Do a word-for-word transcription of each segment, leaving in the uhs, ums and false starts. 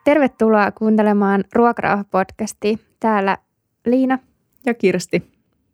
Tervetuloa kuuntelemaan Ruokarauha-podcastia. Täällä Liina ja Kirsti.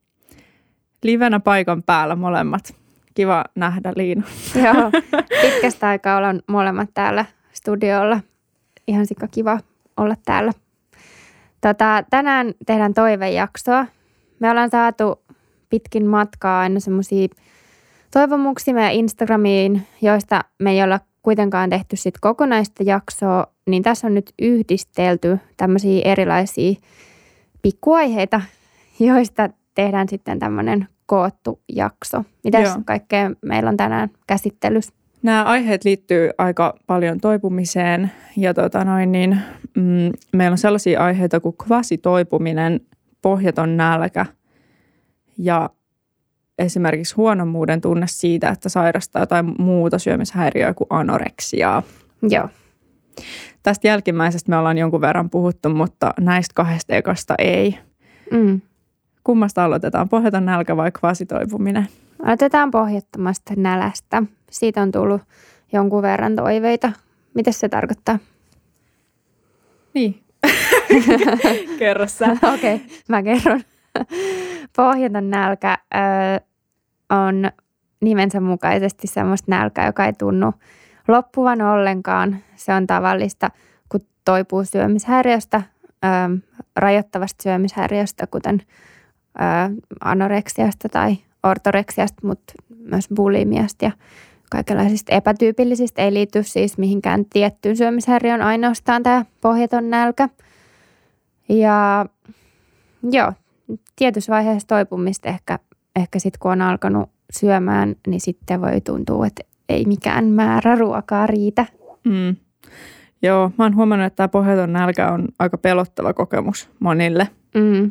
Livenä paikan päällä molemmat. Kiva nähdä, Liina. Joo, pitkästä aikaa ollaan molemmat täällä studiolla. Ihan sikka kiva olla täällä. Tota, tänään tehdään toivejaksoa. Me ollaan saatu pitkin matkaa aina semmoisia toivomuksia meidän Instagramiin, joista me ei olla kuitenkaan tehty sit kokonaista jaksoa, niin tässä on nyt yhdistelty tämmöisiä erilaisia pikkuaiheita, joista tehdään sitten tämmöinen koottu jakso. Mitäs Joo. kaikkea meillä on tänään käsittelyssä? Nämä aiheet liittyy aika paljon toipumiseen ja tota noin, niin, mm, meillä on sellaisia aiheita kuin kvasitoipuminen, pohjaton nälkä ja esimerkiksi huonommuuden tunne siitä, että sairastaa jotain muuta syömishäiriöä kuin anoreksiaa. Joo. Tästä jälkimmäisestä me ollaan jonkun verran puhuttu, mutta näistä kahdesta ekasta ei. Mm. Kummasta aloitetaan? Pohjaton nälkä vai kvasitoipuminen? Aloitetaan pohjattomasta nälästä. Siitä on tullut jonkun verran toiveita. Mitä se tarkoittaa? Niin. Kerro sä. Okei, okay, mä kerron. Pohjaton nälkä ö, on nimensä mukaisesti semmoista nälkää, joka ei tunnu loppuvan ollenkaan. Se on tavallista, kun toipuu syömishäiriöstä, ö, rajoittavasta syömishäiriöstä, kuten ö, anoreksiasta tai ortoreksiasta, mutta myös bulimiasta ja kaikenlaisista epätyypillisistä. Ei liity siis mihinkään tiettyyn syömishäiriöön, ainoastaan tämä pohjaton nälkä. Ja joo, tietyssä vaiheessa toipumista ehkä, ehkä sitten kun on alkanut syömään, niin sitten voi tuntua, että ei mikään määrä ruokaa riitä. Mm. Joo, mä oon huomannut, että tämä pohjaton nälkä on aika pelottava kokemus monille. Mm.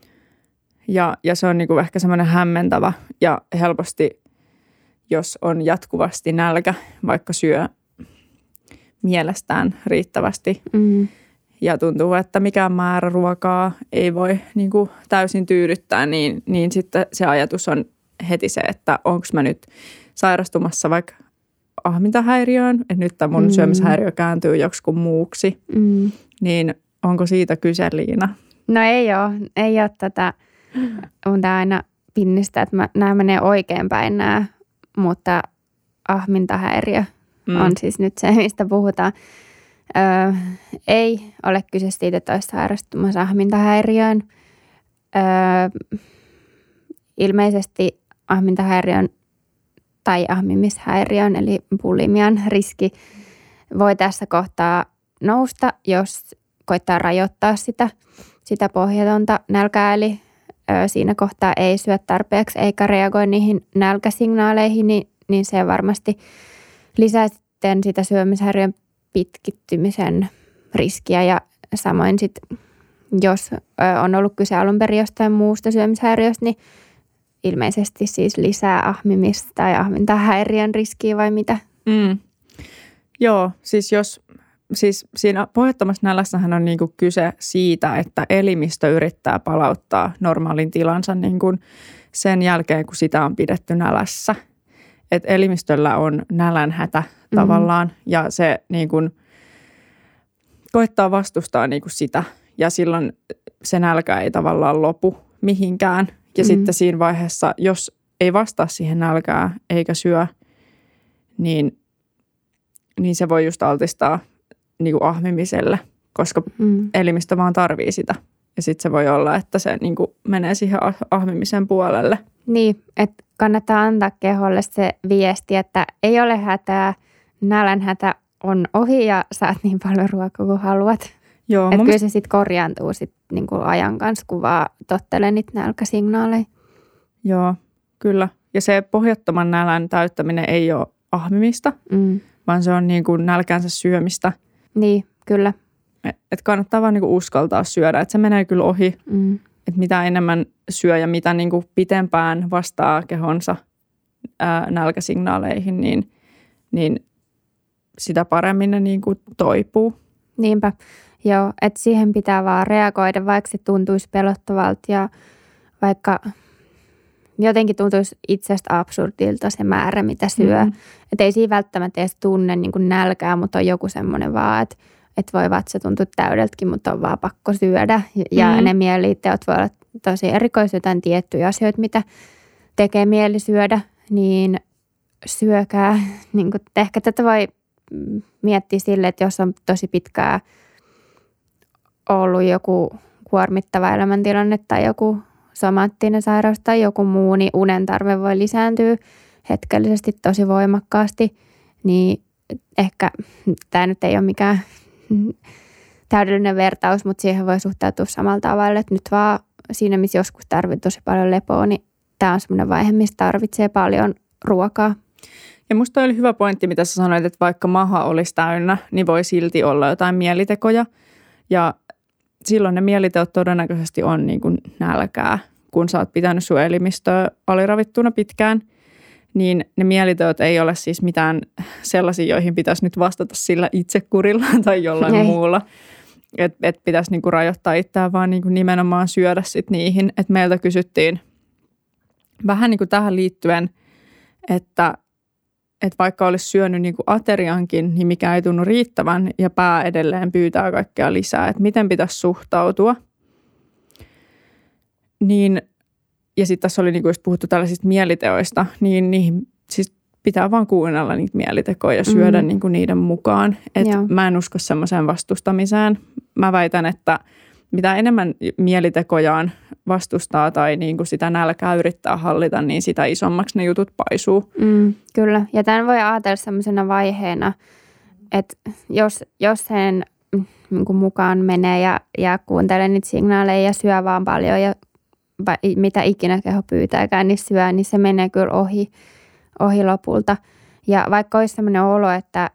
Ja, ja se on niinku ehkä semmoinen hämmentävä ja helposti, jos on jatkuvasti nälkä, vaikka syö mielestään riittävästi. Mm. Ja tuntuu, että mikään määrä ruokaa ei voi niin kuin täysin tyydyttää, niin, niin sitten se ajatus on heti se, että onko mä nyt sairastumassa vaikka ahmintahäiriöön, että nyt tämä mun mm. syömishäiriö kääntyy joksikin muuksi, mm. niin onko siitä kyse, Liina? No ei ole, ei ole tätä, mun tää aina pinnistä, että mä, nämä menee oikeinpäin nämä, mutta ahmintahäiriö mm. on siis nyt se, mistä puhutaan. Öö, ei ole kyse siitä, että olisi sairastumassa ahmintahäiriöön. Öö, ilmeisesti ahmintahäiriön tai ahmimishäiriön eli bulimian riski voi tässä kohtaa nousta, jos koittaa rajoittaa sitä, sitä pohjatonta nälkää. Eli öö, siinä kohtaa ei syö tarpeeksi eikä reagoi niihin nälkäsignaaleihin, niin, niin se varmasti lisää sitten sitä syömishäiriön pitkittymisen riskiä ja samoin sitten, jos on ollut kyse alun perin jostain muusta syömishäiriöstä, niin ilmeisesti siis lisää ahmimista tai ahmintahäiriön riskiä vai mitä? Mm. Joo, siis jos, siis siinä pohjattomassa nälässähän on niinku kyse siitä, että elimistö yrittää palauttaa normaalin tilansa niinku sen jälkeen, kun sitä on pidetty nälässä. Että elimistöllä on nälänhätä tavallaan mm-hmm. ja se niin kuin koittaa vastustaa niin kuin sitä ja silloin se nälkä ei tavallaan lopu mihinkään. Ja mm-hmm. sitten siinä vaiheessa, jos ei vastaa siihen nälkään eikä syö, niin, niin se voi just altistaa niin kuin ahmimiselle, koska mm-hmm. elimistö vaan tarvii sitä. Ja sitten se voi olla, että se niin kuin menee siihen ahmimisen puolelle. Niin, että kannattaa antaa keholle se viesti, että ei ole hätää, nälänhätä on ohi ja saat niin paljon ruokaa kuin haluat. Joo, että kyllä mielestä se sitten korjaantuu sit niinku ajan kanssa, kun vaan tottelee niitä nälkäsignaaleja. Joo, kyllä. Ja se pohjattoman nälän täyttäminen ei ole ahmimista, mm. vaan se on niin kuin nälkänsä syömistä. Niin, kyllä. Että kannattaa vaan niin kuin uskaltaa syödä, että se menee kyllä ohi. Mm. Että mitä enemmän syö ja mitä niin kuin pitempään vastaa kehonsa ää, nälkäsignaaleihin, niin, niin sitä paremmin ne niin kuin toipuu. Niinpä. Joo, että siihen pitää vaan reagoida, vaikka se tuntuisi pelottavalta ja vaikka jotenkin tuntuisi itsestä absurdilta se määrä, mitä syö. Mm-hmm. Että ei siinä välttämättä edes tunne niin kuin nälkää, mutta on joku semmoinen vaan, että että voi vatsa tuntua täydeltäkin, mutta on vaan pakko syödä. Ja mm. ne mieliteot voi olla tosi erikoisia, jotain tiettyjä asioita, mitä tekee mieli syödä, niin syökää. Niin kuin, ehkä tätä voi miettiä sille, että jos on tosi pitkää ollut joku kuormittava elämäntilanne tai joku somaattinen sairaus tai joku muu, niin unen tarve voi lisääntyä hetkellisesti tosi voimakkaasti, niin ehkä tämä nyt ei ole mikään täydellinen vertaus, mutta siihen voi suhtautua samalla tavalla, että nyt vaan siinä, missä joskus tarvitsee tosi paljon lepoa, niin tämä on semmoinen vaihe, missä tarvitsee paljon ruokaa. Ja musta oli hyvä pointti, mitä sä sanoit, että vaikka maha olisi täynnä, niin voi silti olla jotain mielitekoja. Ja silloin ne mieliteot todennäköisesti on niin kuin nälkää, kun sä oot pitänyt sun elimistöä aliravittuna pitkään. Niin ne mieliteot ei ole siis mitään sellaisia, joihin pitäisi nyt vastata sillä itsekurilla tai jollain ei. muulla. Että et pitäisi niinku rajoittaa itseään, vaan niinku nimenomaan syödä sit niihin. Et meiltä kysyttiin vähän niinku tähän liittyen, että et vaikka olisi syönyt niinku ateriankin, niin mikä ei tunnu riittävän ja pää edelleen pyytää kaikkea lisää. Että miten pitäisi suhtautua. Niin, ja sitten tässä oli, niinku, jos puhuttu tällaisista mieliteoista, niin niihin siis pitää vaan kuunnella niitä mielitekoja ja syödä mm. niinku niiden mukaan. Et mä en usko semmoiseen vastustamiseen. Mä väitän, että mitä enemmän mielitekojaan vastustaa tai niinku sitä nälkää yrittää hallita, niin sitä isommaksi ne jutut paisuu. Mm, kyllä. Ja tämän voi ajatella semmoisena vaiheena, että jos, jos sen niin mukaan menee ja, ja kuuntelee niitä signaaleja ja syö vaan paljon ja mitä ikinä keho pyytääkään, niin syö, niin se menee kyllä ohi, ohi lopulta. Ja vaikka olisi sellainen olo, että,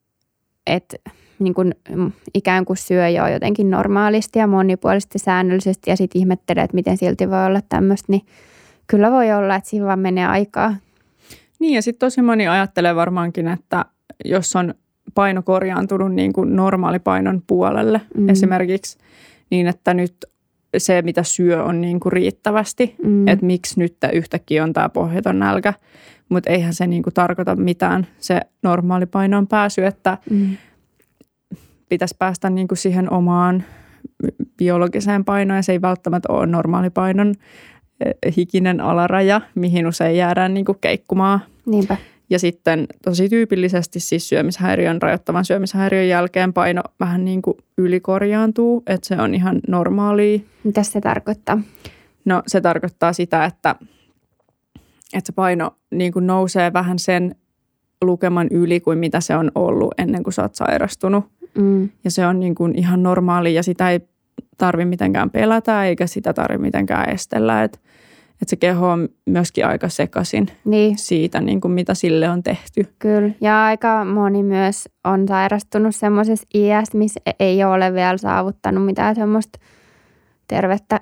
että niin kuin ikään kuin syö jo jotenkin normaalisti ja monipuolisesti säännöllisesti ja sitten ihmettelee, että miten silti voi olla tämmöistä, niin kyllä voi olla, että siinä vaan menee aikaa. Niin ja sitten tosi moni ajattelee varmaankin, että jos on paino korjaantunut niin kuin normaalipainon puolelle mm. esimerkiksi, niin että nyt se, mitä syö, on niin kuin riittävästi, mm. että miksi nyt yhtäkkiä on tämä pohjaton nälkä, mutta eihän se niin kuin tarkoita mitään se normaalipainoon pääsy, että mm. pitäisi päästä niin kuin siihen omaan biologiseen painoon ja se ei välttämättä ole normaalipainon hikinen alaraja, mihin usein jäädään niin kuin keikkumaan. Niinpä. Ja sitten tosi tyypillisesti siis syömishäiriön, rajoittavan syömishäiriön jälkeen paino vähän niin kuin ylikorjaantuu, että se on ihan normaalia. Mitä se tarkoittaa? No se tarkoittaa sitä, että, että se paino niin kuin nousee vähän sen lukeman yli kuin mitä se on ollut ennen kuin sä oot sairastunut. Mm. Ja se on niin kuin ihan normaali ja sitä ei tarvitse mitenkään pelätä eikä sitä tarvitse mitenkään estellä, että Että se keho on myöskin aika sekaisin niin. siitä, niin kuin mitä sille on tehty. Kyllä. Ja aika moni myös on sairastunut semmoisessa iässä, missä ei ole vielä saavuttanut mitään semmoista tervettä,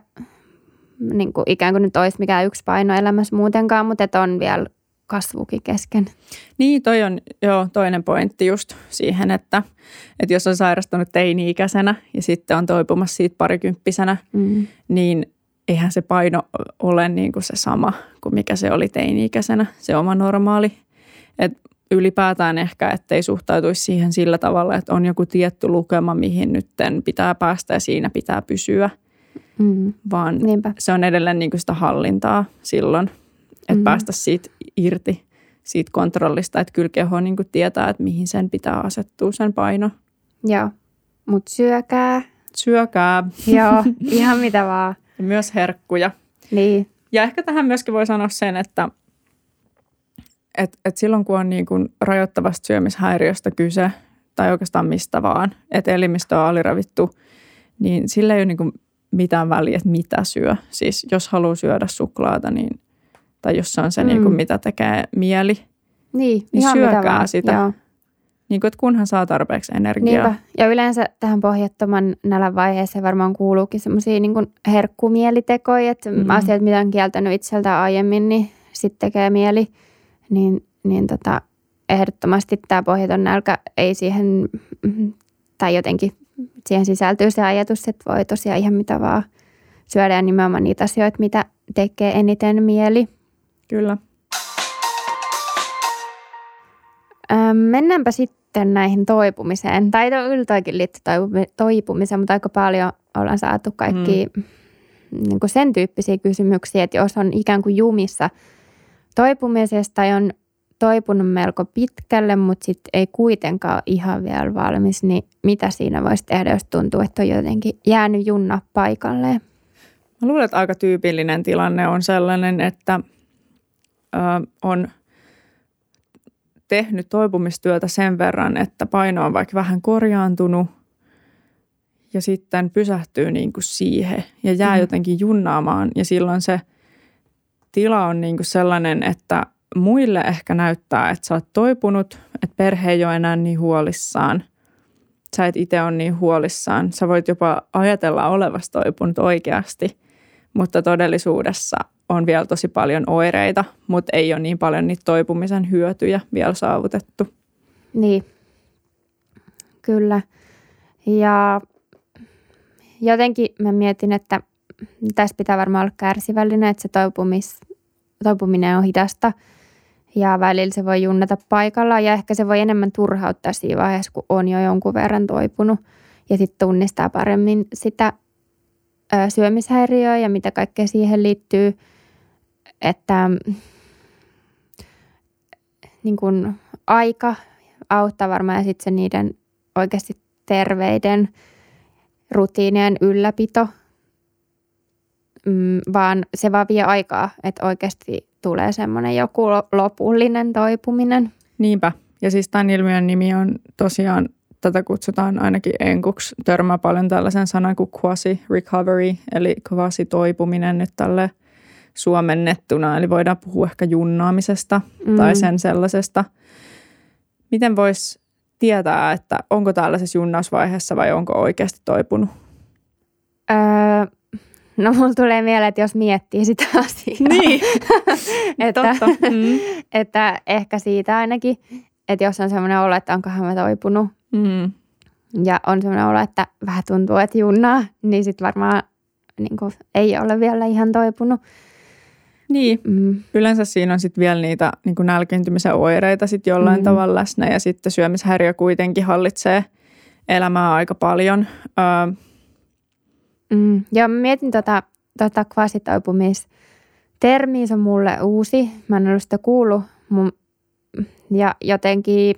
niin kuin ikään kuin nyt olisi mikään yksi paino elämässä muutenkaan, mutta että on vielä kasvukin kesken. Niin, toi on joo, toinen pointti just siihen, että, että jos on sairastunut teini-ikäisenä ja sitten on toipumassa siitä parikymppisenä, mm. niin eihän se paino ole niin kuin se sama kuin mikä se oli teini-ikäisenä, se oma normaali. Et ylipäätään ehkä, ettei suhtautuisi siihen sillä tavalla, että on joku tietty lukema, mihin nyt pitää päästä ja siinä pitää pysyä. Mm. Vaan Niinpä. se on edelleen niin kuin sitä hallintaa silloin, että mm. päästä siitä irti, siitä kontrollista. Että kyllä keho niin kuin tietää, että mihin sen pitää asettua sen paino. Joo, mutta syökää. Syökää. Joo, ihan mitä vaan. Ja myös herkkuja. Niin. Ja ehkä tähän myöskin voi sanoa sen, että et, et silloin kun on niin kuin rajoittavasta syömishäiriöstä kyse, tai oikeastaan mistä vaan, että elimistö on aliravittu, niin sillä ei ole niin kuin mitään väliä, että mitä syö. Siis jos haluaa syödä suklaata, niin, tai jos se on se, mm. niin kuin mitä tekee mieli, niin, niin syökää sitä. Joo. Niin kuin, että kunhan saa tarpeeksi energiaa. Niinpä. Ja yleensä tähän pohjattoman nälän vaiheeseen varmaan kuuluukin semmoisia niin kuin herkkumielitekoja, että mm. asiat, mitä on kieltänyt itseltään aiemmin, niin sitten tekee mieli. Niin, niin tota, ehdottomasti tämä pohjaton nälkä ei siihen, tai jotenkin siihen sisältyy se ajatus, että voi tosiaan ihan mitä vaan syödä ja nimenomaan niitä asioita, mitä tekee eniten mieli. Kyllä. Mennäänpä sitten sitten näihin toipumiseen, tai yltäkin liittyy toipumiseen, mutta aika paljon ollaan saatu kaikki mm. niin kuin sen tyyppisiä kysymyksiä, että jos on ikään kuin jumissa toipumisesta tai on toipunut melko pitkälle, mutta sitten ei kuitenkaan ole ihan vielä valmis, niin mitä siinä voisi tehdä, jos tuntuu, että on jotenkin jäänyt junna paikalleen? Mä luulen, että aika tyypillinen tilanne on sellainen, että ö, on tehnyt toipumistyötä sen verran, että paino on vaikka vähän korjaantunut ja sitten pysähtyy niin kuin siihen ja jää mm. jotenkin junnaamaan. Ja silloin se tila on niin kuin sellainen, että muille ehkä näyttää, että sä oot toipunut, että perhe ei ole enää niin huolissaan. Sä et itse ole niin huolissaan. Sä voit jopa ajatella olevasi toipunut oikeasti, mutta todellisuudessa on vielä tosi paljon oireita, mutta ei ole niin paljon niitä toipumisen hyötyjä vielä saavutettu. Niin, kyllä. Ja jotenkin mä mietin, että tässä pitää varmaan olla kärsivällinen, että se toipumis, toipuminen on hidasta ja välillä se voi junnata paikallaan ja ehkä se voi enemmän turhauttaa siinä vaiheessa, kun on jo jonkun verran toipunut ja sitten tunnistaa paremmin sitä ö, syömishäiriöä ja mitä kaikkea siihen liittyy, että niin kun aika auttaa varmaan ja sitten se niiden oikeasti terveiden rutiinien ylläpito, mm, vaan se vaan vie aikaa, että oikeasti tulee semmoinen joku lopullinen toipuminen. Niinpä. Ja siis tämän ilmiön nimi on tosiaan, tätä kutsutaan ainakin enkuksi, törmää paljon tällaisen sanan kuin quasi-recovery, eli quasi-toipuminen nyt tälle suomennettuna. Eli voidaan puhua ehkä junnaamisesta mm. tai sen sellaisesta. Miten voisi tietää, että onko tällaisessa junnausvaiheessa vai onko oikeasti toipunut? Öö, no mulla tulee mieleen, että jos miettii sitä asiaa. Niin, että, totta. Mm. että ehkä siitä ainakin, että jos on sellainen olo, että onkohan mä toipunut mm. ja on sellainen olo, että vähän tuntuu, että junnaa, niin sitten varmaan niin kuin, ei ole vielä ihan toipunut. Niin, mm. yleensä siinä on sitten vielä niitä niin kuin nälkiintymisen oireita sitten jollain mm. tavalla läsnä ja sitten syömishäiriö kuitenkin hallitsee elämää aika paljon. Öö. Mm. Joo, mä mietin tota, tota kvasitoipumistermiä, se on mulle uusi. Mä en ollut sitä kuullut mun, ja jotenkin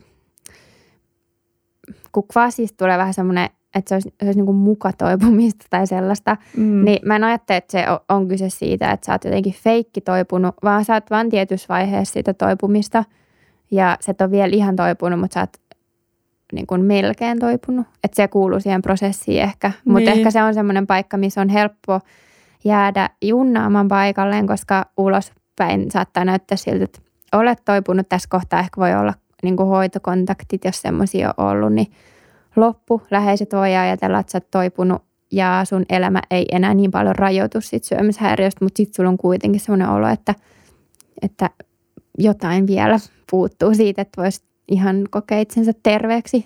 kun kvasista tulee vähän semmoinen, että se olisi, se olisi niin kuin mukatoipumista tai sellaista, mm. niin mä en ajattele, että se on kyse siitä, että sä oot jotenkin feikki toipunut, vaan sä oot vaan tietyssä vaiheessa sitä toipumista ja sä et ole vielä ihan toipunut, mutta sä oot niin kuin melkein toipunut. Että se kuuluu siihen prosessiin ehkä, mutta niin. Ehkä se on semmoinen paikka, missä on helppo jäädä junnaamaan paikalleen, koska ulospäin saattaa näyttää siltä, että olet toipunut. Tässä kohtaa ehkä voi olla niin kuin hoitokontaktit, jos semmoisia on ollut, niin loppu. Läheiset voi ajatella, että sä oot toipunut ja sun elämä ei enää niin paljon rajoitu siitä syömishäiriöstä, mutta sitten sulla on kuitenkin semmoinen olo, että, että jotain vielä puuttuu siitä, että voisi ihan kokea itsensä terveeksi.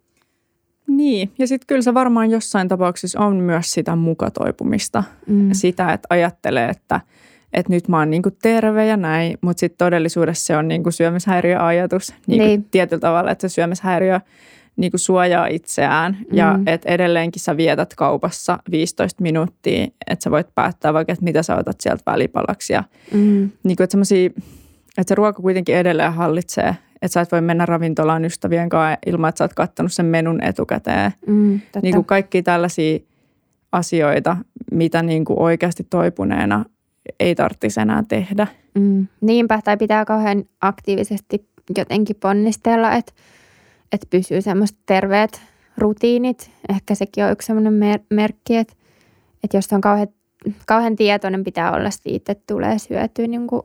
Niin, ja sitten kyllä se varmaan jossain tapauksessa on myös sitä mukatoipumista. Mm. Sitä, että ajattelee, että, että nyt mä oon niinku terve ja näin, mutta sitten todellisuudessa se on niinku syömishäiriöajatus niinku niin. Tietyllä tavalla, että se syömishäiriö niinku suojaa itseään mm. ja että edelleenkin sä vietät kaupassa viisitoista minuuttia, että sä voit päättää vaikka, että mitä sä otat sieltä välipalaksi. Ja mm. niinku, että semmosia, että se ruoka kuitenkin edelleen hallitsee, että sä et voi mennä ravintolaan ystävien kanssa ilman, että sä oot kattonut sen menun etukäteen. Mm, niinku kaikki tällaisia asioita, mitä niinku oikeasti toipuneena ei tarvitsisi enää tehdä. Mm. Niinpä, tai pitää kauhean aktiivisesti jotenkin ponnistella, että että pysyy semmoiset terveet rutiinit. Ehkä sekin on yksi semmoinen mer- merkki, että, että jos on kauhean, kauhean tietoinen, pitää olla siitä, että tulee syötyä niin kuin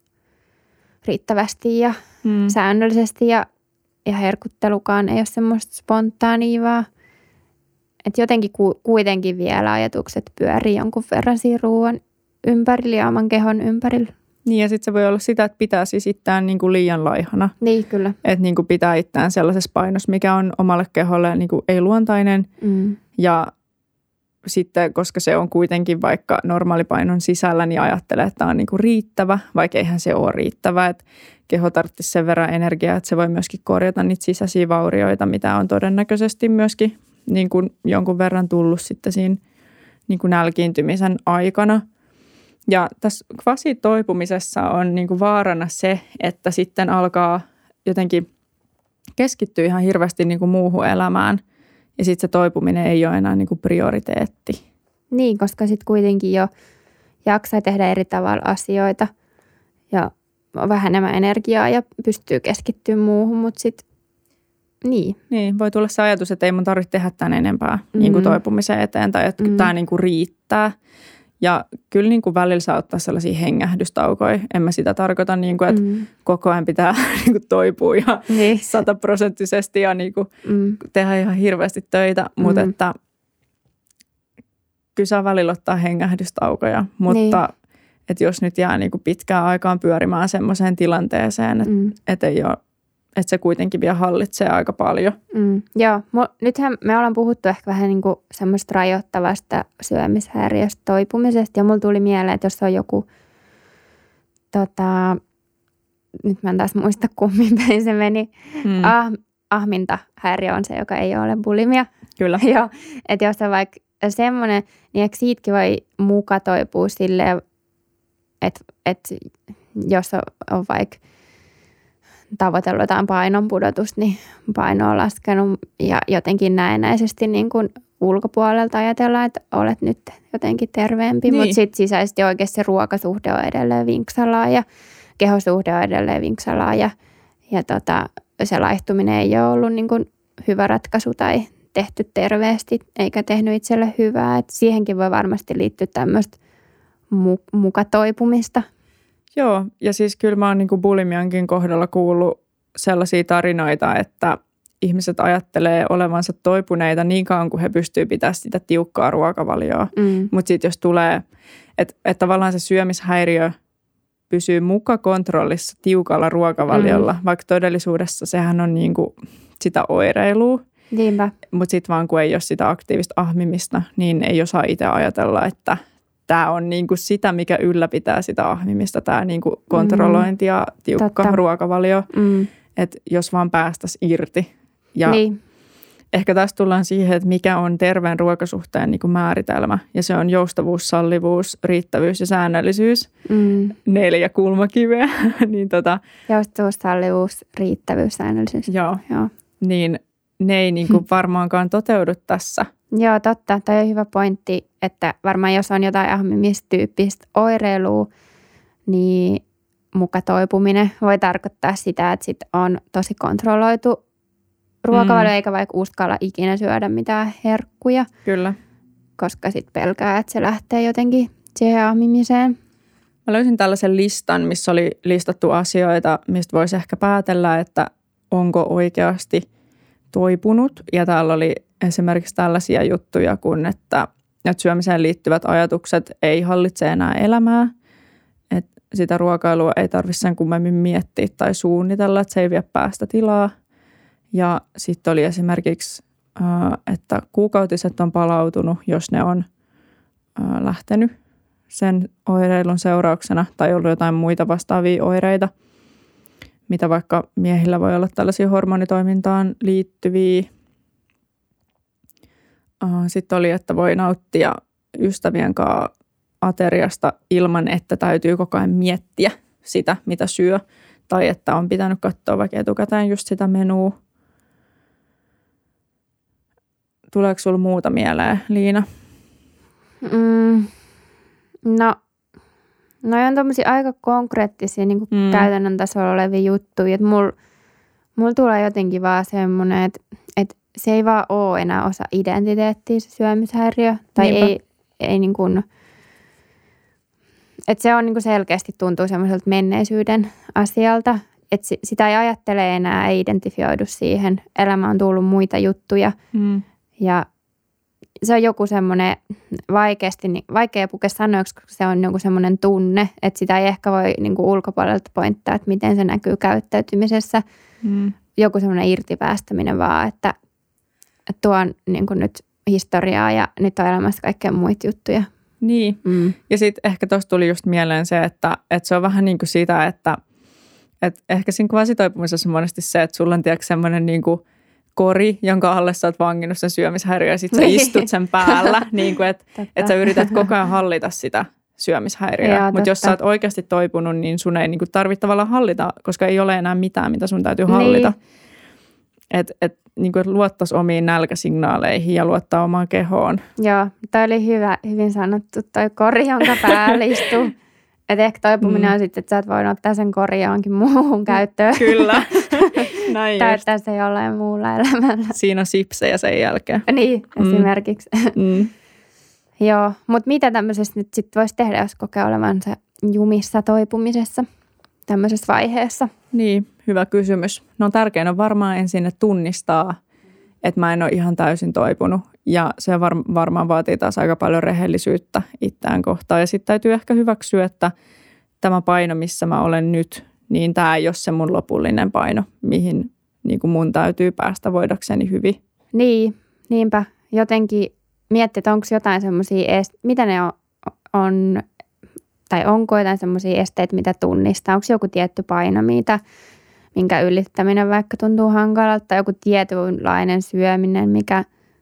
riittävästi ja hmm. säännöllisesti ja, ja herkuttelukaan ei ole semmoista spontaania, vaan että jotenkin ku, kuitenkin vielä ajatukset pyörii jonkun verran siinä ruoan ympärillä ja oman kehon ympärillä. Niin ja sitten se voi olla sitä, että pitää siis itseään niin kuin liian laihana. Niin, kyllä. Että niin kuin pitää itseään sellaisessa painossa, mikä on omalle keholle niin kuin ei luontainen. Mm. Ja sitten, koska se on kuitenkin vaikka normaalipainon sisällä, niin ajattelee, että tämä on niin kuin riittävä, vaikka eihän se ole riittävä. Että keho tarvitsisi sen verran energiaa, että se voi myöskin korjata niitä sisäisiä vaurioita, mitä on todennäköisesti myöskin niin kuin jonkun verran tullut sitten siinä niin kuin nälkiintymisen aikana. Ja tässä kvasitoipumisessa on niin kuin vaarana se, että sitten alkaa jotenkin keskittyä ihan hirveästi niin kuin muuhun elämään. Ja sitten se toipuminen ei ole enää niin kuin prioriteetti. Niin, koska sitten kuitenkin jo jaksaa tehdä eri tavalla asioita ja on vähän enemmän energiaa ja pystyy keskittymään muuhun, mutta sitten niin. Niin, voi tulla se ajatus, että ei mun tarvitse tehdä tämän enempää mm-hmm. niin kuin toipumisen eteen tai että mm-hmm. tämä niin kuin riittää. Ja kyllä niin kuin välillä saa ottaa sellaisia hengähdystaukoja. En mä sitä tarkoita, niin kuin, että mm. koko ajan pitää niin kuin toipua ja niin. sataprosenttisesti ja niin kuin mm. tehdä ihan hirveästi töitä. Mm. Mutta että kyllä saa välillä ottaa hengähdystaukoja. Mutta niin. että jos nyt jää niin kuin pitkään aikaan pyörimään semmoiseen tilanteeseen, että, mm. että, ei ole, että se kuitenkin vielä hallitsee aika paljon. Mm. Joo, nythän me ollaan puhuttu ehkä vähän niin kuin semmoista rajoittavasta syömishäiriöstä toipumisesta. Ja mulla tuli mieleen, että jos on joku, tota, nyt mä en taas muista kummin päin se meni, mm. ah, ahmintahäiriö on se, joka ei ole bulimia. Kyllä. Joo, että jos on vaikka semmoinen, niin eikö siitäkin voi muka toipua silleen, että, että jos on, on vaikka tavoitellut jotain painonpudotusta, niin paino on laskenut ja jotenkin näennäisesti niin kuin ulkopuolelta ajatellaan, että olet nyt jotenkin terveempi, niin. Mutta sitten sisäisesti oikeasti se ruokasuhde on edelleen vinksalaa ja kehosuhde on edelleen vinksalaa ja, ja tota, se laihtuminen ei ole ollut niin kuin hyvä ratkaisu tai tehty terveesti eikä tehnyt itselle hyvää. Et siihenkin voi varmasti liittyä tämmöistä mu- mukatoipumista. Joo, ja siis kyllä mä oon niin kuin bulimiankin kohdalla kuullut sellaisia tarinoita, että ihmiset ajattelee olevansa toipuneita niin kauan, kun he pystyy pitämään sitä tiukkaa ruokavalioa. Mm. Mutta sitten jos tulee, että et tavallaan se syömishäiriö pysyy muka kontrollissa tiukalla ruokavaliolla, mm. vaikka todellisuudessa sehän on niin kuin sitä oireilua. Niinpä. Mutta sitten vaan kun ei ole sitä aktiivista ahmimista, niin ei osaa itse ajatella, että tämä on niinku sitä, mikä ylläpitää sitä ahmimista, tämä niinku kontrollointi ja tiukka Totta. ruokavalio. Mm. Että jos vaan päästäisiin irti. Ja niin. ehkä tässä tullaan siihen, että mikä on terveen ruokasuhteen niinku määritelmä. Ja se on joustavuus, sallivuus, riittävyys ja säännöllisyys. Mm. Neljä kulmakiveä. niin tota, joustavuus, sallivuus, riittävyys, säännöllisyys. Joo. Joo. Niin ne ei niinku varmaankaan toteudu tässä. Joo, totta. Toi on hyvä pointti, että varmaan jos on jotain ahmimistyyppistä oireilua, niin muka toipuminen voi tarkoittaa sitä, että sit on tosi kontrolloitu ruokavalio, mm. eikä vaikka uskalla ikinä syödä mitään herkkuja. Kyllä. Koska sitten pelkää, että se lähtee jotenkin siihen ahmimiseen. Mä löysin tällaisen listan, missä oli listattu asioita, mistä voisi ehkä päätellä, että onko oikeasti toipunut. Ja täällä oli esimerkiksi tällaisia juttuja kuin, että, että syömiseen liittyvät ajatukset ei hallitse enää elämää. Että sitä ruokailua ei tarvitse sen kummemmin miettiä tai suunnitella, että se ei vie päästä tilaa. Ja sitten oli esimerkiksi, että kuukautiset on palautunut, jos ne on lähtenyt sen oireilun seurauksena tai ollut jotain muita vastaavia oireita, mitä vaikka miehillä voi olla tällaisia hormonitoimintaan liittyviä. Sitten oli, että voi nauttia ystävien kanssa ateriasta ilman, että täytyy koko ajan miettiä sitä, mitä syö. Tai että on pitänyt katsoa vaikka etukäteen just sitä menua. Tuleeko sinulla muuta mieleen, Liina? Mm, no, no on tommosia aika konkreettisia niin kuin mm. käytännön tasolla olevia juttuja. Mulla mul tulee jotenkin vaan semmoinen, että et se ei vaan ole enää osa identiteettiä, se syömishäiriö. Tai Niinpä. ei, ei niin kuin, että se on niin kuin selkeästi tuntuu semmoiselta menneisyyden asialta. Että sitä ei ajattele enää, ei identifioidu siihen. Elämä on tullut muita juttuja. Mm. Ja se on joku semmoinen vaikeasti, vaikea pukea sanoiksi, koska se on joku semmoinen tunne, että sitä ei ehkä voi niin kuin ulkopuolelta pointtaa, että miten se näkyy käyttäytymisessä. Mm. Joku semmoinen irtipäästäminen vaan, että, että tuo on niin kuin nyt historiaa ja nyt on elämässä kaikkea muita juttuja. Niin. Mm. Ja sitten ehkä tuossa tuli just mieleen se, että, että se on vähän niin kuin sitä, että, että ehkä siinä kvasitoipumisessa on monesti se, että sulla on tiedätkö semmoinen niin kuin kori, jonka alle sä oot vanginnut sen syömishäiriön ja sitten sä istut sen päällä, niin kuin, että, että sä yrität koko ajan hallita sitä syömishäiriöä. Mutta jos sä oot oikeasti toipunut, niin sun ei niin kuin tarvitse tavallaan hallita, koska ei ole enää mitään, mitä sun täytyy hallita. Niin. Että et, niin et luottaisi omiin nälkäsignaaleihin ja luottaa omaan kehoon. Joo, toi oli hyvä, hyvin sanottu toi kori, jonka päällä istuu. Että ehkä toipuminen mm. on sitten, että sä et voi ottaa sen kori johonkin muuhun käyttöön. Kyllä, näin täyttää se jollain muulla elämällä. Siinä on sipsejä sen jälkeen. Niin, esimerkiksi. Mm. Joo, mutta mitä tämmöisessä nyt sitten voisi tehdä, jos kokee olevansa jumissa toipumisessa tämmöisessä vaiheessa? Niin, hyvä kysymys. No tärkein on varmaan ensin, että tunnistaa, että mä en ole ihan täysin toipunut. Ja se var, varmaan vaatii taas aika paljon rehellisyyttä itseään kohtaan. Ja sitten täytyy ehkä hyväksyä, että tämä paino, missä mä olen nyt, niin tämä ei ole se mun lopullinen paino, mihin niin kuin mun täytyy päästä voidakseni hyvin. Niin, niinpä. Jotenkin miettiä, että onko jotain semmoisia, mitä ne on, on, tai onko jotain semmoisia esteitä, mitä tunnistaa. Onko joku tietty paino, mitä, minkä ylittäminen vaikka tuntuu hankalalta, tai joku tietynlainen syöminen, mikä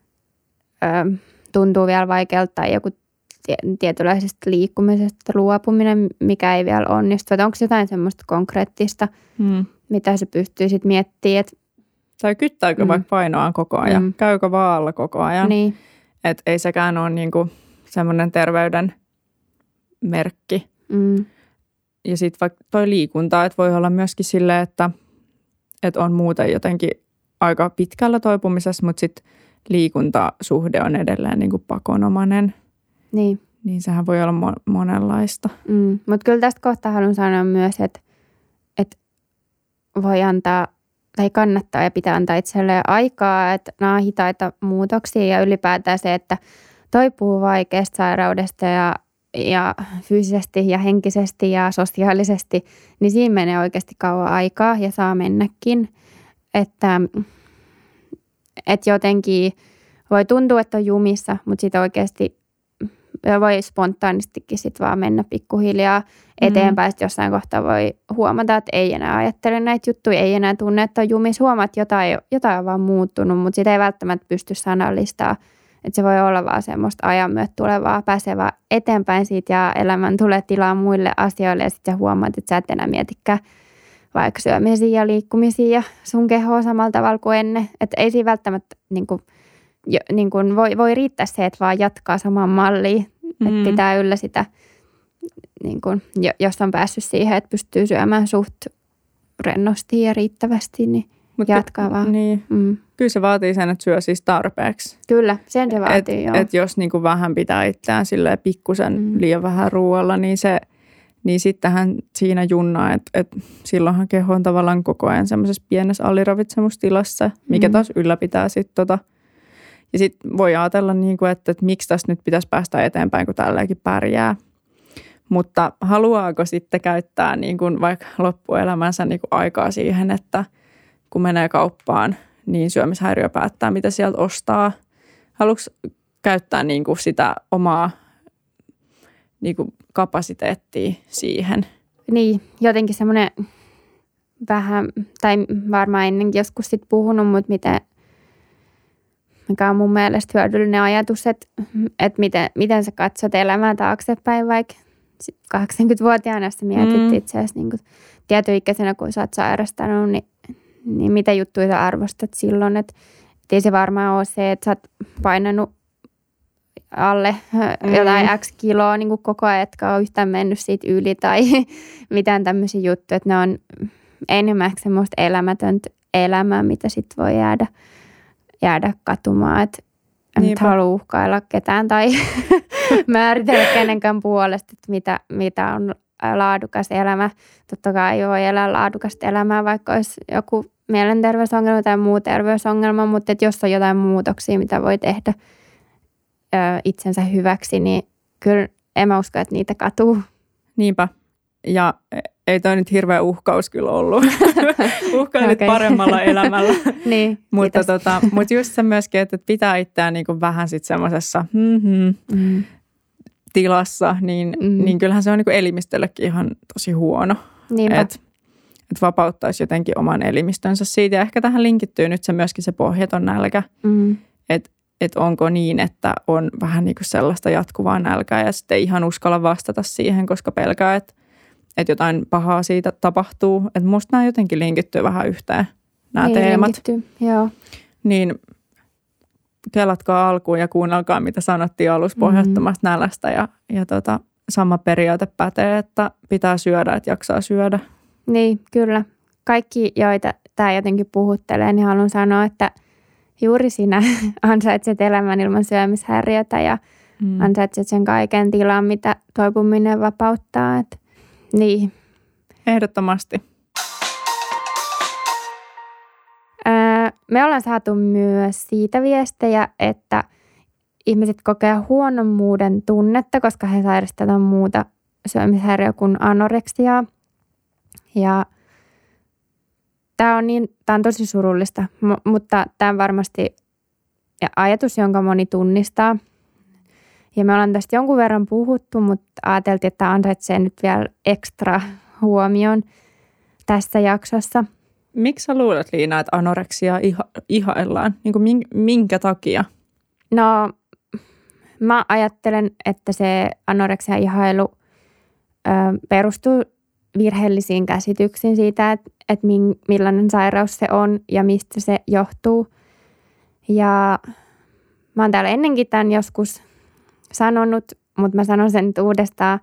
ö, tuntuu vielä vaikealta, tai joku tietynlaisesta liikkumisesta luopuminen, mikä ei vielä onnistu. Että onko jotain semmoista konkreettista, hmm. mitä se pystyy sitten miettimään. Että tai kyttääkö mm. vaikka painoaan koko ajan, mm. käykö vaalla koko ajan. Niin. Että ei sekään ole niinku semmoinen terveyden merkki. Mm. Ja sitten vaikka toi liikunta, että voi olla myöskin silleen, että, että on muuten jotenkin aika pitkällä toipumisessa, mutta sitten liikuntasuhde on edelleen niinku pakonomainen. Niin. Niin sehän voi olla mo- monenlaista. Mm. Mutta kyllä tästä kohtaa haluan sanoa myös, että, että voi antaa tai kannattaa ja pitää antaa itselleen aikaa, että nämä on hitaita muutoksia ja ylipäätään se, että toipuu vaikeasta sairaudesta ja, ja fyysisesti ja henkisesti ja sosiaalisesti, niin siinä menee oikeasti kauan aikaa ja saa mennäkin. Että, että jotenkin voi tuntua, että on jumissa, mutta sitten oikeasti voi spontaanistikin sitten vaan mennä pikkuhiljaa eteenpäin. Mm. Jossain kohtaa voi huomata, että ei enää ajattele näitä juttuja, ei enää tunne, että on jumissa. Huomaa, että jotain, jotain on vaan muuttunut, mutta sitä ei välttämättä pysty sanallistamaan. Että se voi olla vaan semmoista ajan myötä tulevaa, pääsevää eteenpäin siitä ja elämän tulee tilaa muille asioille. Ja sitten sä huomaat, että sä et enää mietikään vaikka syömisiä ja liikkumisia ja sun kehoa samalla tavalla kuin ennen. Että ei siinä välttämättä niin kuin, jo, niin kuin voi, voi riittää se, että vaan jatkaa samaan malliin. Mm. Että pitää yllä sitä, niin kun, jos on päässyt siihen, että pystyy syömään suht rennosti ja riittävästi, niin Mut jatkaa vaan. Niin. Mm. Kyllä se vaatii sen, että syö siis tarpeeksi. Kyllä, sen se vaatii, et, joo. Et jos niin kuin vähän pitää itseään silleen pikkusen mm. liian vähän ruoalla, niin, se, niin sittenhän siinä junnaa, että et silloinhan keho on tavallaan koko ajan semmoisessa pienessä aliravitsemustilassa, mikä mm. taas ylläpitää sitten tota. Ja sitten voi ajatella, niin kuin, että, että miksi tässä nyt pitäisi päästä eteenpäin, kun tälläkin pärjää. Mutta haluaako sitten käyttää niin kuin vaikka loppuelämänsä niin kuin aikaa siihen, että kun menee kauppaan, niin syömishäiriö päättää, mitä sieltä ostaa. Haluatko käyttää niin kuin sitä omaa niin kuin kapasiteettia siihen? Niin, jotenkin semmoinen vähän, tai varmaan ennenkin joskus sitten puhunut, mutta miten, mikä on mun mielestä hyödyllinen ajatus, että, että miten, miten sä katsot elämää taaksepäin, vaikka kahdeksankymmentävuotiaana sä mietit mm. itse asiassa niin tietyikäisenä, kun sä oot sairastanut, niin, niin mitä juttuja sä arvostat silloin, että et ei se varmaan ole se, että sä oot painanut alle mm. jotain X kiloa niin kuin koko ajan, etkä ole yhtään mennyt siitä yli tai mitään tämmöisiä juttuja, että ne on enemmän semmoista elämätöntä elämää, mitä sitten voi jäädä, jäädä katumaan, että en nyt halua uhkailla ketään tai määritellä kenenkään puolesta, että mitä, mitä on laadukas elämä. Totta kai voi elää laadukasta elämää, vaikka olisi joku mielenterveysongelma tai muu terveysongelma, mutta että jos on jotain muutoksia, mitä voi tehdä ö, itsensä hyväksi, niin kyllä en mä usko, että niitä katuu. Niinpä. ja ei toi nyt hirveä uhkaus kyllä ollut. Uhkailit okay. paremmalla elämällä. Niin, mutta, tota, mutta just se myöskin, että pitää itseään niin kuin vähän sitten semmoisessa mm-hmm, mm. tilassa, niin, mm. niin kyllähän se on niin kuin elimistöllekin ihan tosi huono. Että et vapauttaisi jotenkin oman elimistönsä siitä. Ja ehkä tähän linkittyy nyt se myöskin se pohjaton nälkä. Mm. Että et onko niin, että on vähän niin kuin sellaista jatkuvaa nälkää ja sitten ei ihan uskalla vastata siihen, koska pelkää, että että jotain pahaa siitä tapahtuu. Että musta nämä jotenkin linkittyy vähän yhteen, nämä niin, teemat. Linkittyy, joo. Niin kelatkaa alkuun ja kuunnelkaa, mitä sanottiin alussa pohjattomasta mm-hmm. nälästä. Ja, ja tota, sama periaate pätee, että pitää syödä, että jaksaa syödä. Niin, kyllä. Kaikki, joita tämä jotenkin puhuttelee, niin haluan sanoa, että juuri sinä ansaitset elämän ilman syömishäiriötä ja mm. ansaitset sen kaiken tilan, mitä toipuminen vapauttaa. Et, niin. Ehdottomasti. Öö, me ollaan saatu myös siitä viestejä, että ihmiset kokee huonommuuden tunnetta, koska he sairastavat muuta syömishäiriöä kuin anoreksiaa. Ja tämä on, niin, tämä on tosi surullista, m- mutta tämä on varmasti ajatus, jonka moni tunnistaa. Ja me ollaan tästä jonkun verran puhuttu, mutta ajateltiin, että ansaitsee nyt vielä ekstra huomioon tässä jaksossa. Miksi sä luulet, Liina, että anoreksia iha- ihaillaan? Niin kuin minkä takia? No, mä ajattelen, että se anoreksia ihailu ö, perustuu virheellisiin käsityksiin siitä, että, että millainen sairaus se on ja mistä se johtuu. Ja mä oon täällä ennenkin tämän joskus sanonut, mutta mä sanon sen nyt uudestaan,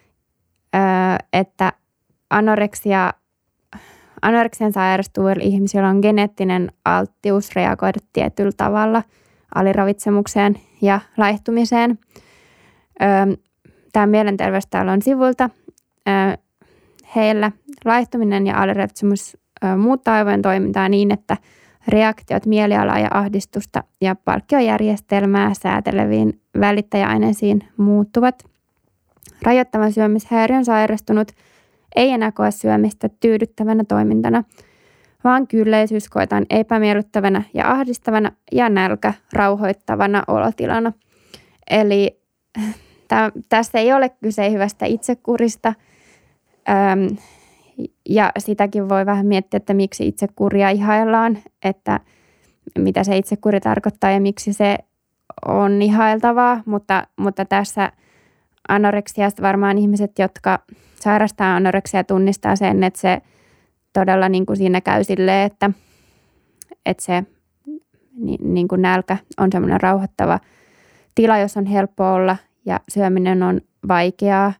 että anoreksia, anoreksian sairastuvilla ihmisillä on geneettinen alttius reagoida tietyllä tavalla aliravitsemukseen ja laihtumiseen. Tämä mielenterveystalon sivulta. Heillä laihtuminen ja aliravitsemus muuttaa aivojen toimintaa niin, että reaktiot mielialaa ja ahdistusta ja palkkiojärjestelmää sääteleviin välittäjäaineisiin muuttuvat. Rajoittavan syömishäiriön sairastunut ei enää koe syömistä tyydyttävänä toimintana, vaan kylleisyys koetaan epämiellyttävänä ja ahdistavana ja nälkä rauhoittavana olotilana. Eli tä, tässä ei ole kyse hyvästä itsekurista. Öm, Ja sitäkin voi vähän miettiä, että miksi itsekuria ihaillaan, että mitä se itsekuri tarkoittaa ja miksi se on ihailtavaa. Mutta, mutta tässä anoreksiasta varmaan ihmiset, jotka sairastaa anoreksia, tunnistaa sen, että se todella niin kuin siinä käy silleen, että, että se niin, niin kuin nälkä on semmoinen rauhoittava tila, jossa on helppo olla ja syöminen on vaikeaa.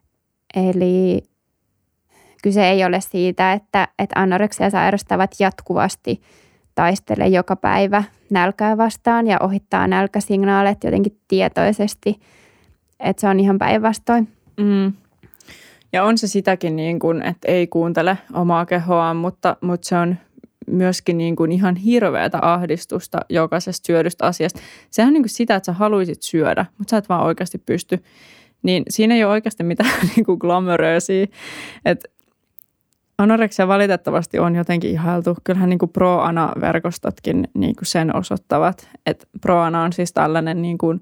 Eli kyse ei ole siitä, että, että anoreksia sairastavat jatkuvasti taistelee joka päivä nälkää vastaan ja ohittaa nälkäsignaalit jotenkin tietoisesti, että se on ihan päinvastoin. Mm. Ja on se sitäkin, niin kuin, että ei kuuntele omaa kehoaan, mutta, mutta se on myöskin niin kuin ihan hirveätä ahdistusta jokaisesta syödystä asiasta. Sehän on niin kuin sitä, että sä haluisit syödä, mutta sä et vaan oikeasti pysty. Niin siinä ei ole oikeasti mitään niin kuin glamoröösiä, että anoreksia valitettavasti on jotenkin ihailtu. Kyllähän niin kuin ProAna-verkostotkin niin kuin sen osoittavat. Että ProAna on siis tällainen niin kuin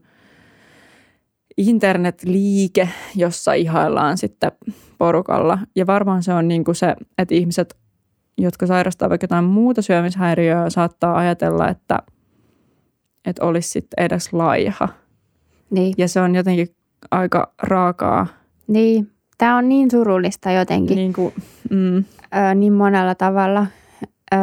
internetliike, jossa ihaillaan sitten porukalla. Ja varmaan se on niin kuin se, että ihmiset, jotka sairastaa vaikka jotain muuta syömishäiriöä, saattaa ajatella, että, että olisi sitten edes laiha. Niin. Ja se on jotenkin aika raakaa. Niin. Tämä on niin surullista jotenkin, niin, kuin, mm. öö, niin monella tavalla. Öö.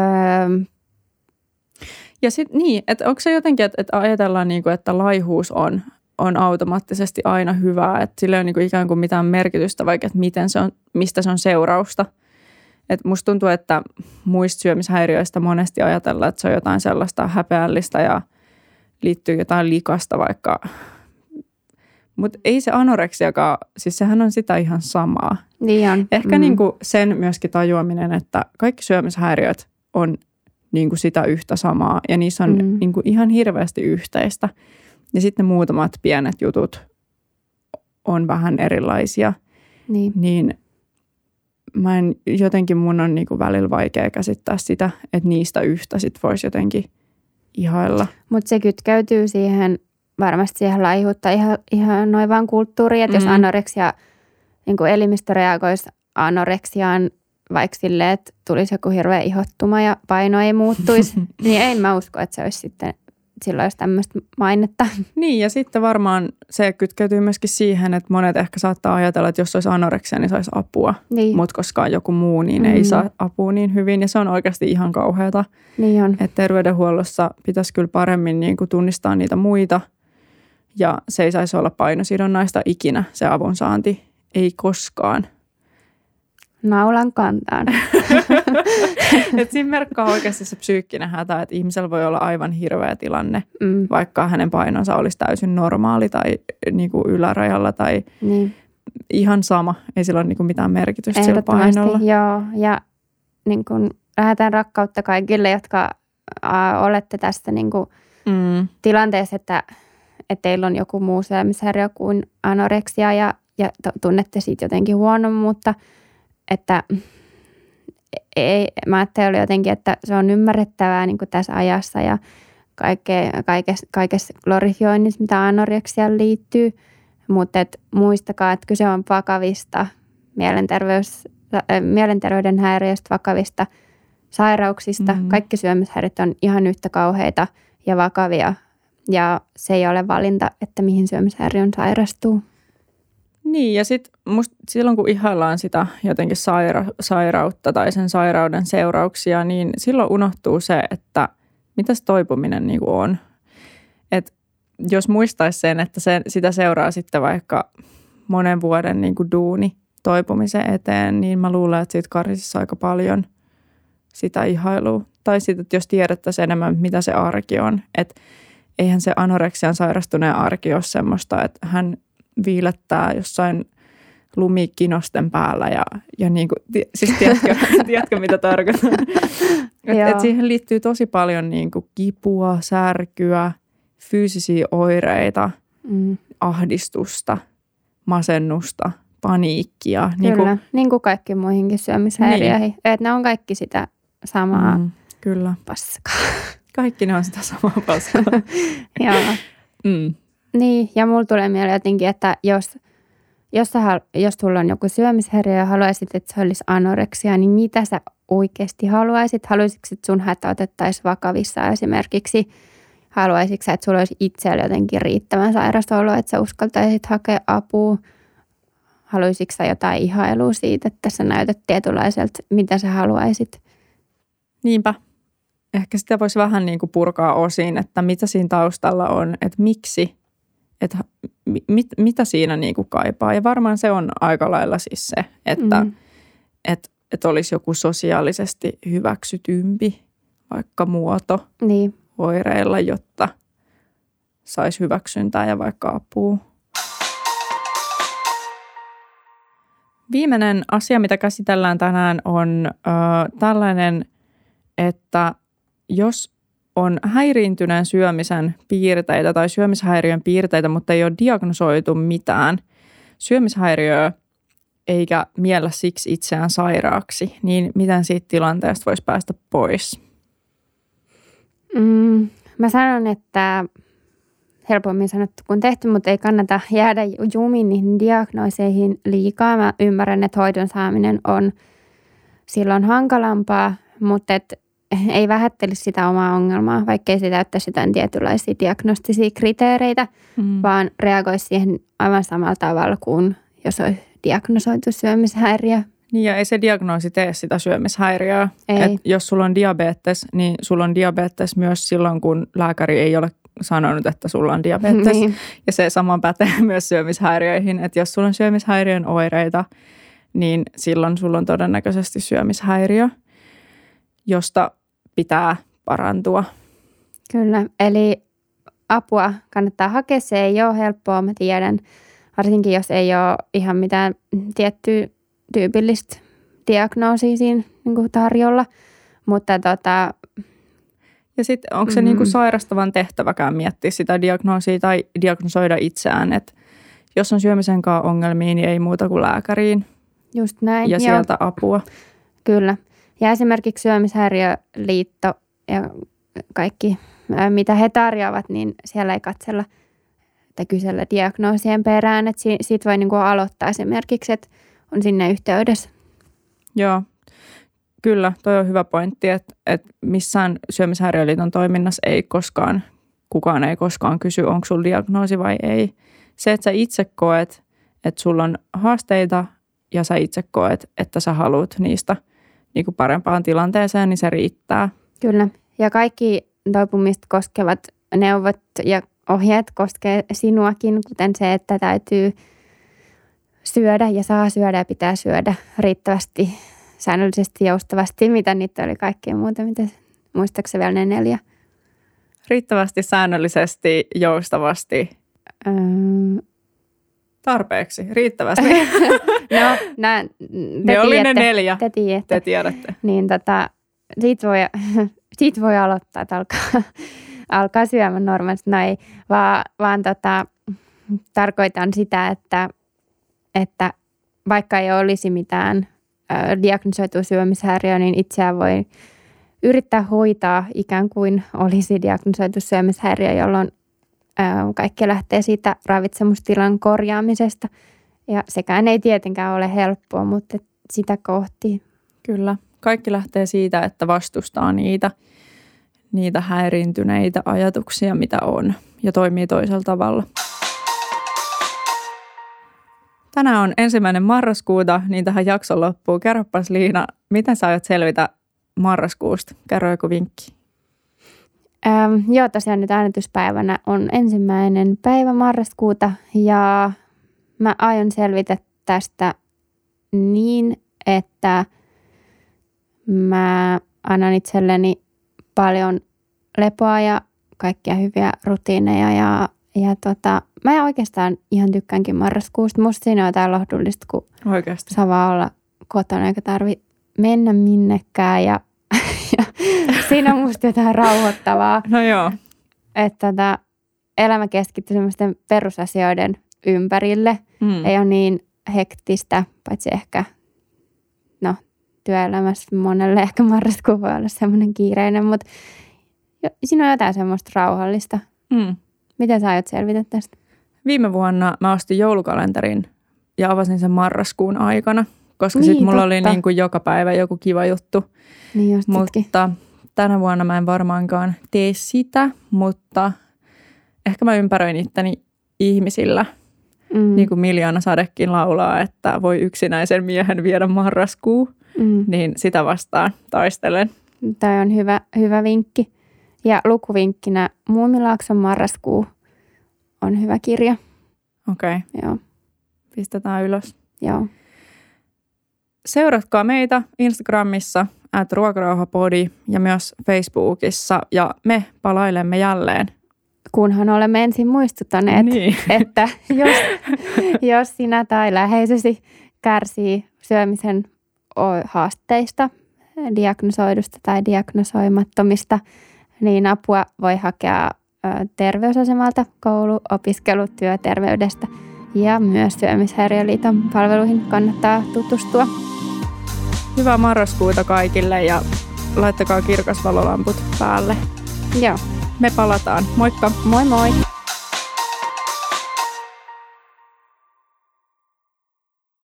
Ja sitten niin, että onko se jotenkin, että, että ajatellaan, niin kuin, että laihuus on, on automaattisesti aina hyvää, että sillä ei ole niin kuin ikään kuin mitään merkitystä, vaikka että miten se on, mistä se on seurausta. Et musta tuntuu, että muista syömishäiriöistä monesti ajatellaan, että se on jotain sellaista häpeällistä ja liittyy jotain likasta vaikka. Mutta ei se anoreksiakaan, siis sehän on sitä ihan samaa. Niin on. Ehkä mm. niinku sen myöskin tajuaminen, että kaikki syömishäiriöt on niinku sitä yhtä samaa ja niissä on mm. niinku ihan hirveästi yhteistä. Ja sitten muutamat pienet jutut on vähän erilaisia. Niin. Niin mä en, jotenkin mun on niinku välillä vaikea käsittää sitä, että niistä yhtä sit voisi jotenkin ihailla. Mutta se kytkeytyy siihen, varmasti siihen laihuutta ihan, ihan noin vaan kulttuuriin, että mm. jos anoreksia, niin kuin elimistö reagoisi anoreksiaan vaikka silleen, että tulisi joku hirveä ihottuma ja paino ei muuttuisi, niin en mä usko, että se olisi sitten, silloin olisi tämmöistä mainetta. Niin ja sitten varmaan se kytkeytyy myöskin siihen, että monet ehkä saattaa ajatella, että jos olisi anoreksia, niin saisi apua. Niin. Mutta koska joku muu, niin mm-hmm. ei saa apua niin hyvin ja se on oikeasti ihan kauheata. Niin on. Että terveydenhuollossa pitäisi kyllä paremmin niin kuin tunnistaa niitä muita ja se ei saisi olla painosidonnaista ikinä se avunsaanti. Ei koskaan. Naulan kantaan. Että siinä merkkaa oikeasti se psyykkinen hätä, että ihmisellä voi olla aivan hirveä tilanne, mm. vaikka hänen painonsa olisi täysin normaali tai niin kuin ylärajalla tai niin. ihan sama. Ei sillä ole niin kuin mitään merkitystä sillä painolla. Joo, ja niin kuin lähetään rakkautta kaikille, jotka äh, olette tästä niin kuin mm. tilanteessa, että, että teillä on joku muu syömishäiriö kuin anoreksia ja, ja tunnette siitä jotenkin huonommuutta. Että ei, mä ajattelin jotenkin, että se on ymmärrettävää niin kuin tässä ajassa ja kaikessa, kaikessa glorifioinnissa, mitä anoreksiaan liittyy. Mutta et muistakaa, että kyse on vakavista mielenterveys, mielenterveyden häiriöistä, vakavista sairauksista. Mm-hmm. Kaikki syömishäiriöt on ihan yhtä kauheita ja vakavia ja se ei ole valinta, että mihin syömishäiriön sairastuu. Niin ja sitten musta silloin kun ihaillaan sitä jotenkin saira- sairautta tai sen sairauden seurauksia, niin silloin unohtuu se, että mitä se toipuminen niinku on. Et jos muistaisi sen, että se, sitä seuraa sitten vaikka monen vuoden niinku duuni toipumisen eteen, niin mä luulen, että siitä karsisi aika paljon sitä ihailua. Tai sitten, että jos tiedettäisiin enemmän, mitä se arki on. Että eihän se anoreksian sairastuneen arki ole semmoista, että hän viilettää jossain lumikinosten päällä ja, ja niin kuin, siis tiedätkö, tiedätkö mitä tarkoitan? Et, et siihen liittyy tosi paljon niin kuin kipua, särkyä, fyysisiä oireita, mm. ahdistusta, masennusta, paniikkia. Kyllä, niin kuin, niin kuin kaikki muihinkin syömishäiriöihin. Niin. Että ne on kaikki sitä samaa mm, kyllä. paskaa. Kaikki ne on sitä samaa paskaa. Joo. Mm. Niin, ja mulla tulee mieleen jotenkin, että jos, jos, sä, jos sulla on joku syömishäiriö ja haluaisit, että se olisi anoreksia, niin mitä sä oikeasti haluaisit? Haluaisitko, että sun hätä otettaisiin vakavissa esimerkiksi? Haluaisitko sä, että sulla olisi itsellä jotenkin riittävän sairasta olo, että sä uskaltaisit hakea apua? Haluaisitko sä jotain ihailua siitä, että sä näytät tietynlaiselta, mitä sä haluaisit? Niinpä. Ehkä sitä voisi vähän niin kuin purkaa osiin, että mitä siinä taustalla on, että miksi, että mit, mitä siinä niin kuin kaipaa. Ja varmaan se on aika lailla siis se, että mm. et, et olisi joku sosiaalisesti hyväksytympi vaikka muoto niin. oireilla, jotta saisi hyväksyntää ja vaikka apua. Viimeinen asia, mitä käsitellään tänään, on äh, tällainen, että jos on häiriintyneen syömisen piirteitä tai syömishäiriön piirteitä, mutta ei ole diagnosoitu mitään syömishäiriöä eikä miellä siksi itseään sairaaksi, niin miten siitä tilanteesta voisi päästä pois? Mm, mä sanon, että helpommin sanottu kuin tehty, mutta ei kannata jäädä jumiin niihin diagnooseihin liikaa. Mä ymmärrän, että hoidon saaminen on silloin hankalampaa, mutta et ei vähättelisi sitä omaa ongelmaa, vaikkei se täyttäisi jotain tietynlaisia diagnostisia kriteereitä, mm. vaan reagoisi siihen aivan samalla tavalla kuin jos olisi diagnosoitu syömishäiriö. Niin ja ei se diagnoosi tee sitä syömishäiriöä. Et jos sulla on diabetes, niin sulla on diabetes myös silloin, kun lääkäri ei ole sanonut, että sulla on diabetes. Niin. Ja se sama pätee myös syömishäiriöihin, että jos sulla on syömishäiriön oireita, niin silloin sulla on todennäköisesti syömishäiriö, josta pitää parantua. Kyllä, eli apua kannattaa hakea. Se ei ole helppoa, mä tiedän, varsinkin jos ei ole ihan mitään tiettyä tyypillistä diagnoosia siinä niin kuin tarjolla. Mutta tota... Ja sitten onko se mm. niin kuin sairastavan tehtäväkään miettiä sitä diagnoosia tai diagnosoida itseään, että jos on syömisen kanssa ongelmia, niin ei muuta kuin lääkäriin. Just näin. ja Joo. sieltä apua. Kyllä. Ja esimerkiksi Syömishäiriöliitto ja kaikki, mitä he tarjoavat, niin siellä ei katsella tai kysellä diagnoosien perään. Että siitä voi niin kuin aloittaa esimerkiksi, että on sinne yhteydessä. Joo, kyllä. Toi on hyvä pointti, että, että missään Syömishäiriöliiton toiminnassa ei koskaan, kukaan ei koskaan kysy, onko sulla diagnoosi vai ei. Se, että sä itse koet, että sulla on haasteita ja sä itse koet, että sä haluat niistä niin kuin parempaan tilanteeseen, niin se riittää. Kyllä. Ja kaikki toipumista koskevat neuvot ja ohjeet koskee sinuakin, kuten se, että täytyy syödä ja saa syödä ja pitää syödä riittävästi, säännöllisesti, joustavasti. Mitä niitä oli kaikkea muuta? Mitä, muistaakseni vielä ne neljä? Riittävästi, säännöllisesti, joustavasti. Öö... Tarpeeksi, riittävästi. No, nää, te ne oli tiedätte, ne neljä, te tiedätte. Te tiedätte. Niin tota, siitä voi, siitä voi aloittaa, että alkaa, alkaa syömään normaalisti. No ei, vaan, vaan tota, tarkoitan sitä, että, että vaikka ei olisi mitään ö, diagnosoitua syömishäiriöä, niin itseään voi yrittää hoitaa ikään kuin olisi diagnosoitu syömishäiriö, jolloin ö, kaikki lähtee siitä ravitsemustilan korjaamisesta. Ja sekään ei tietenkään ole helppoa, mutta sitä kohti. Kyllä. Kaikki lähtee siitä, että vastustaa niitä, niitä häiriintyneitä ajatuksia, mitä on, ja toimii toisella tavalla. Tänään on ensimmäinen marraskuuta, niin tähän jakson loppuun. Kerropas Liina, miten sä aiot selvitä marraskuusta? Kerro joku vinkki. Ähm, joo, tosiaan nyt äänityspäivänä on ensimmäinen päivä marraskuuta, ja mä aion selvitä tästä niin, että mä annan itselleni paljon lepoa ja kaikkia hyviä rutiineja ja, ja tota, mä oikeastaan ihan tykkäänkin marraskuusta. Musta siinä on jotain lohdullista, kun Oikeasti. saa vaan olla kotona eikä tarvi mennä minnekään ja, ja siinä on musta jotain rauhoittavaa. No joo. Että tota, elämä keskittyy semmoisten perusasioiden ympärille. Mm. Ei ole niin hektistä, paitsi ehkä no, työelämässä monelle ehkä marraskuu voi olla semmoinen kiireinen, mutta siinä on jotain semmoista rauhallista. Mm. Miten sä aiot selvitä tästä? Viime vuonna mä ostin joulukalenterin ja avasin sen marraskuun aikana, koska Niin, sitten mulla totta. oli niin kuin joka päivä joku kiva juttu. Niin just sitkin. Mutta tänä vuonna mä en varmaankaan tee sitä, mutta ehkä mä ympäröin itteni ihmisillä. Mm. Niin kuin Miljoona Sadekin laulaa, että voi yksinäisen miehen viedä marraskuu, Mm. niin sitä vastaan taistelen. Toi on hyvä, hyvä vinkki. Ja lukuvinkkinä Muumilaakson marraskuu on hyvä kirja. Okei, okay. Joo, pistetään ylös. joo. Seuratkaa meitä Instagramissa at ruokarauhapodi ja myös Facebookissa ja me palailemme jälleen. Kunhan olemme ensin muistuttaneet, Niin. että jos, jos sinä tai läheisesi kärsii syömisen haasteista, diagnosoidusta tai diagnosoimattomista, niin apua voi hakea terveysasemalta, koulu-, opiskelu-, työterveydestä ja myös Syömishäiriöliiton palveluihin kannattaa tutustua. Hyvää marraskuuta kaikille ja laittakaa kirkasvalolamput päälle. Joo. Me palataan. Moikka! Moi moi!